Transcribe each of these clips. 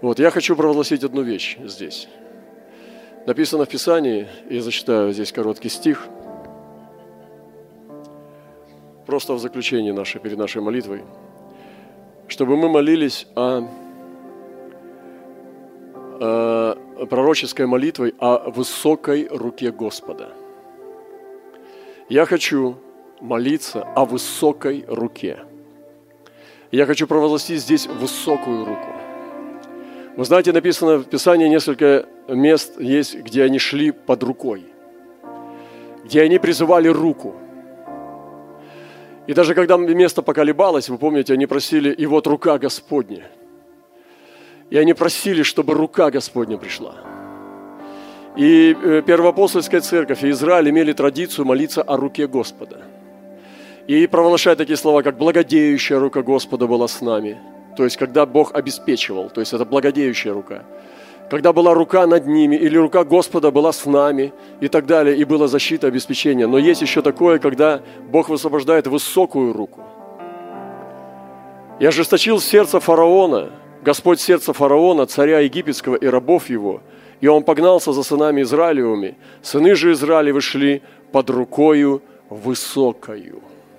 Вот, я хочу провозгласить одну вещь здесь. Написано в Писании, и зачитаю здесь короткий стих, просто в заключении перед нашей молитвой, чтобы мы молились пророческой молитвой о высокой руке Господа. Я хочу молиться о высокой руке. Я хочу провозгласить здесь высокую руку. Вы знаете, написано в Писании несколько мест есть, где они шли под рукой, где они призывали руку. И даже когда место поколебалось, вы помните, они просили, и вот рука Господня. И они просили, чтобы рука Господня пришла. И Первоапостольская церковь и Израиль имели традицию молиться о руке Господа. И провозглашать такие слова, как «благодеющая рука Господа была с нами». То есть, когда Бог обеспечивал, то есть, это благодеющая рука. Когда была рука над ними, или рука Господа была с нами, и так далее, и была защита, обеспечение. Но есть еще такое, когда Бог высвобождает высокую руку. «И ожесточил сердце фараона, Господь сердце фараона, царя египетского и рабов его, и он погнался за сынами Израилевыми. Сыны же Израилевы шли под рукою высокою».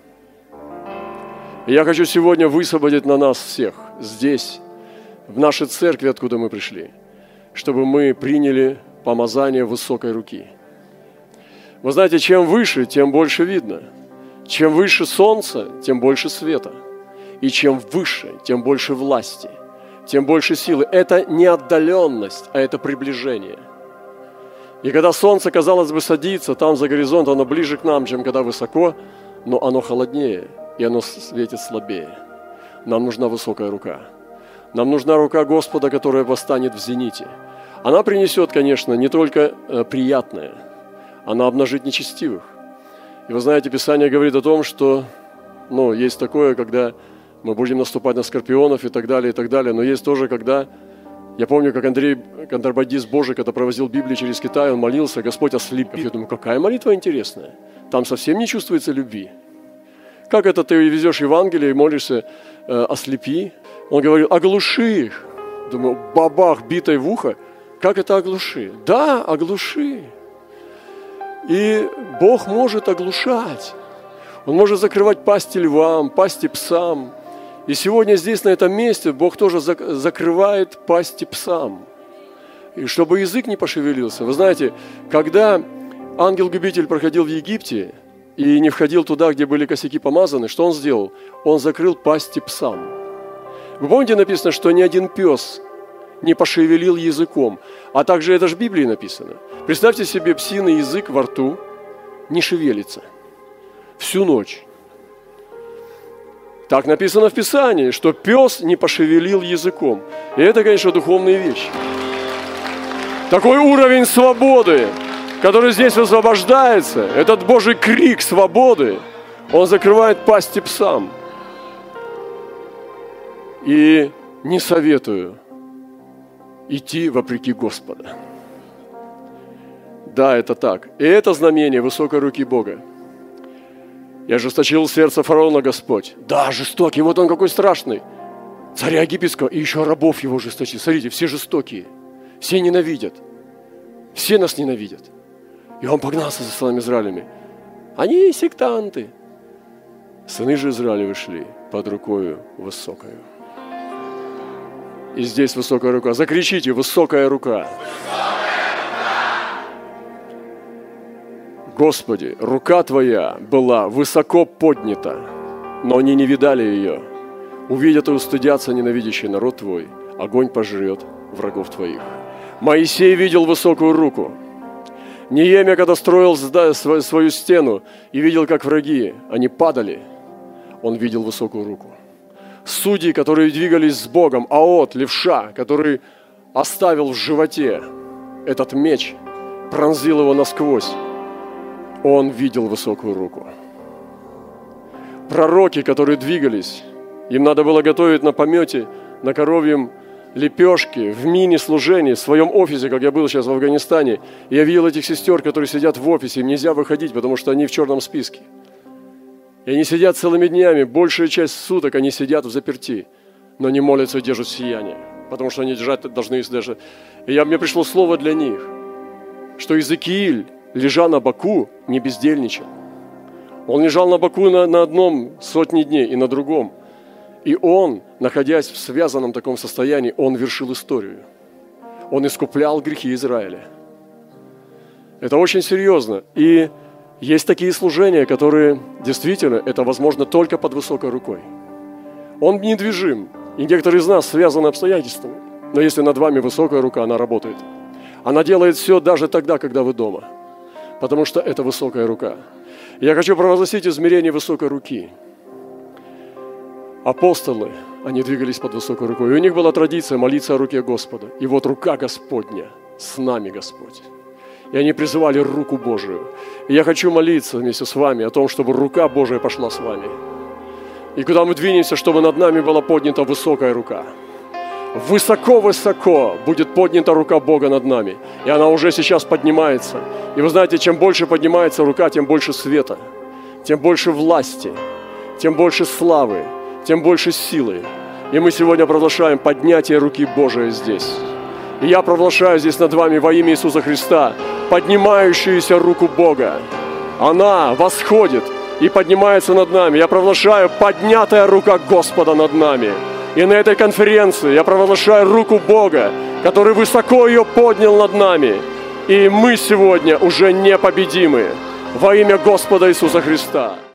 И я хочу сегодня высвободить на нас всех здесь, в нашей церкви, откуда мы пришли, чтобы мы приняли помазание высокой руки. Вы знаете, чем выше, тем больше видно. Чем выше солнце, тем больше света. И чем выше, тем больше власти, тем больше силы. Это не отдаленность, а это приближение. И когда солнце, казалось бы, садится там за горизонт, оно ближе к нам, чем когда высоко, но оно холоднее, и оно светит слабее. Нам нужна высокая рука. Нам нужна рука Господа, которая восстанет в зените. Она принесет, конечно, не только приятное, она обнажит нечестивых. И вы знаете, Писание говорит о том, что есть такое, когда мы будем наступать на скорпионов и так далее, и так далее. Но есть тоже, когда, я помню, как Андрей, контрабандист Божий, когда провозил Библию через Китай, он молился, Господь ослепи. Я думаю, какая молитва интересная. Там совсем не чувствуется любви. Как это ты везешь Евангелие и молишься ослепи? Он говорил, оглуши их. Думаю, бабах, битой в ухо. Как это оглуши? Да, оглуши. И Бог может оглушать. Он может закрывать пасти львам, пасти псам. И сегодня здесь, на этом месте, Бог тоже закрывает пасти псам. И чтобы язык не пошевелился. Вы знаете, когда ангел-губитель проходил в Египте, и не входил туда, где были косяки помазаны, что он сделал? Он закрыл пасти псам. Вы помните, написано, что ни один пес не пошевелил языком. А также это же в Библии написано. Представьте себе, псиный язык во рту не шевелится всю ночь. Так написано в Писании, что пес не пошевелил языком. И это, конечно, духовные вещи. Такой уровень свободы, который здесь высвобождается, этот Божий крик свободы, он закрывает пасти псам. И не советую идти вопреки Господа. Да, это так. И это знамение высокой руки Бога. «И ожесточил сердце фараона Господь». Да, жестокий, вот он какой страшный. Царя египетского, и еще рабов его жесточил. Смотрите, все жестокие, все ненавидят. Все нас ненавидят. И он погнался за сынами Израилевыми. Они сектанты. Сыны же Израилевы шли под рукою высокою. И здесь высокая рука. Закричите, высокая рука. Господи, рука Твоя была высоко поднята, но они не видали ее. Увидят и устыдятся ненавидящий народ Твой, огонь пожрет врагов Твоих. Моисей видел высокую руку. Неемия, когда строил свою стену и видел, как враги, они падали, он видел высокую руку. Судьи, которые двигались с Богом, Аот, левша, который оставил в животе этот меч, пронзил его насквозь, он видел высокую руку. Пророки, которые двигались, им надо было готовить на помете, на коровьем лепешки, в мини-служении, в своем офисе, как я был сейчас в Афганистане. И я видел этих сестер, которые сидят в офисе, им нельзя выходить, потому что они в черном списке. И они сидят целыми днями, большая часть суток они сидят взаперти, но не молятся и держат сияние. потому что они держать должны даже. И мне пришло слово для них, что Иезекииль, лежа на боку, не бездельничал. Он лежал на боку на одном сотни дней и на другом. И он, находясь в связанном таком состоянии, он вершил историю. Он искуплял грехи Израиля. Это очень серьезно. И есть такие служения, которые действительно, это возможно только под высокой рукой. Он недвижим. И некоторые из нас связаны обстоятельствами. Но если над вами высокая рука, она работает. Она делает все даже тогда, когда вы дома. Потому что это высокая рука. Я хочу провозгласить измерение высокой руки. Апостолы, они двигались под высокой рукой. И у них была традиция молиться о руке Господа. И вот рука Господня, с нами Господь. И они призывали руку Божию. И я хочу молиться вместе с вами о том, чтобы рука Божия пошла с вами. И куда мы двинемся, чтобы над нами была поднята высокая рука. Высоко-высоко будет поднята рука Бога над нами. И она уже сейчас поднимается. И вы знаете, чем больше поднимается рука, тем больше света, тем больше власти, тем больше славы, тем больше силы. И мы сегодня провозглашаем поднятие руки Божией здесь. И я провозглашаю здесь над вами во имя Иисуса Христа поднимающуюся руку Бога. Она восходит и поднимается над нами. Я провозглашаю поднятая рука Господа над нами. И на этой конференции я провозглашаю руку Бога, который высоко ее поднял над нами. И мы сегодня уже непобедимы во имя Господа Иисуса Христа.